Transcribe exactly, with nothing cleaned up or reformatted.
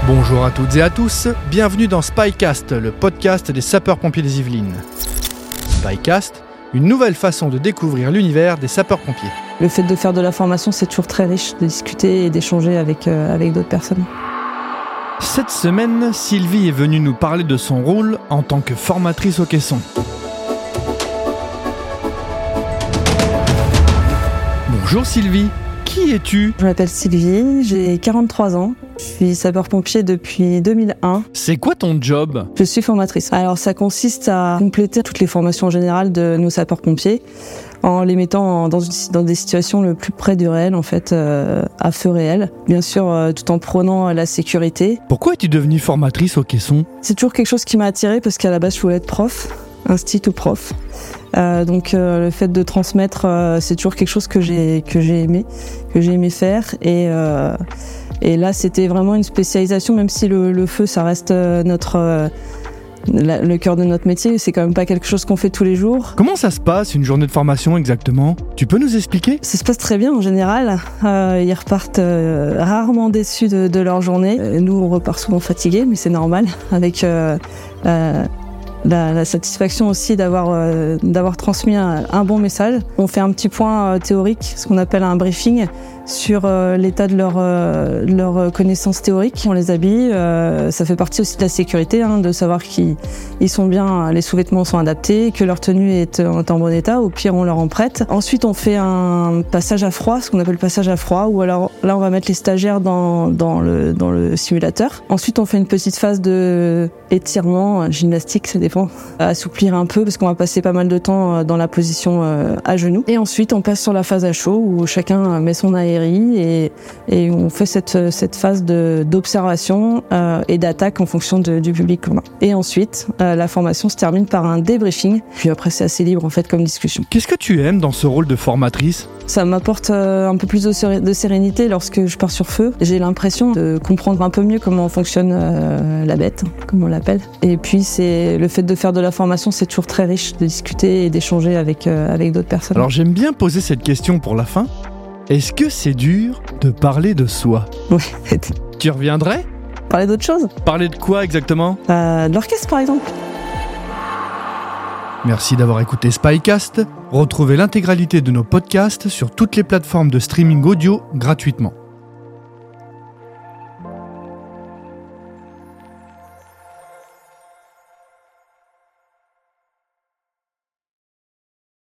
Bonjour à toutes et à tous, bienvenue dans Spycast, le podcast des sapeurs-pompiers des Yvelines. Spycast, une nouvelle façon de découvrir l'univers des sapeurs-pompiers. Le fait de faire de la formation, c'est toujours très riche de discuter et d'échanger avec, euh, avec d'autres personnes. Cette semaine, Sylvie est venue nous parler de son rôle en tant que formatrice au caisson. Bonjour Sylvie, qui es-tu ? Je m'appelle Sylvie, j'ai quarante-trois ans, je suis sapeur-pompier depuis deux mille un. C'est quoi ton job ? Je suis formatrice. Alors ça consiste à compléter toutes les formations générales de nos sapeurs-pompiers en les mettant dans, une, dans des situations le plus près du réel, en fait, euh, à feu réel. Bien sûr, euh, tout en prônant la sécurité. Pourquoi es-tu devenue formatrice au caisson ? C'est toujours quelque chose qui m'a attirée parce qu'à la base, je voulais être prof, instit ou prof. Euh, donc euh, le fait de transmettre, euh, c'est toujours quelque chose que j'ai que j'ai aimé, que j'ai aimé faire. Et euh, et là, c'était vraiment une spécialisation, même si le, le feu, ça reste euh, notre euh, la, le cœur de notre métier. C'est quand même pas quelque chose qu'on fait tous les jours. Comment ça se passe une journée de formation exactement ? Tu peux nous expliquer ? Ça se passe très bien en général. Euh, ils repartent euh, rarement déçus de, de leur journée. Euh, nous, on repart souvent fatigués, mais c'est normal. Avec euh, la, La, la satisfaction aussi d'avoir, euh, d'avoir transmis un, un bon message. On fait un petit point euh, théorique, ce qu'on appelle un briefing, sur euh, l'état de leur, euh, leur connaissance théorique. On les habille, euh, ça fait partie aussi de la sécurité, hein, de savoir qu'ils ils sont bien, les sous-vêtements sont adaptés, que leur tenue est en, en bon état, au pire on leur en prête. Ensuite on fait un passage à froid, ce qu'on appelle le passage à froid, ou alors là on va mettre les stagiaires dans, dans, le, dans le simulateur. Ensuite on fait une petite phase de étirement, gymnastique, ça dépend, assouplir un peu parce qu'on va passer pas mal de temps dans la position euh, à genoux. Et ensuite on passe sur la phase à chaud où chacun met son aérie et, et on fait cette, cette phase de, d'observation euh, et d'attaque en fonction de, du public qu'on a. Et ensuite euh, la formation se termine par un débriefing, puis après c'est assez libre en fait comme discussion. Qu'est-ce que tu aimes dans ce rôle de formatrice ? Ça m'apporte euh, un peu plus de, séré- de sérénité lorsque je pars sur feu. J'ai l'impression de comprendre un peu mieux comment fonctionne euh, la bête, comme on l'appelle. Et puis c'est le fait de faire de la formation, c'est toujours très riche de discuter et d'échanger avec, euh, avec d'autres personnes. Alors j'aime bien poser cette question pour la fin. Est-ce que c'est dur de parler de soi ? Oui. Tu reviendrais ? Parler d'autre chose ? Parler de quoi exactement ? euh, De l'orchestre par exemple. Merci d'avoir écouté Spycast. Retrouvez l'intégralité de nos podcasts sur toutes les plateformes de streaming audio gratuitement.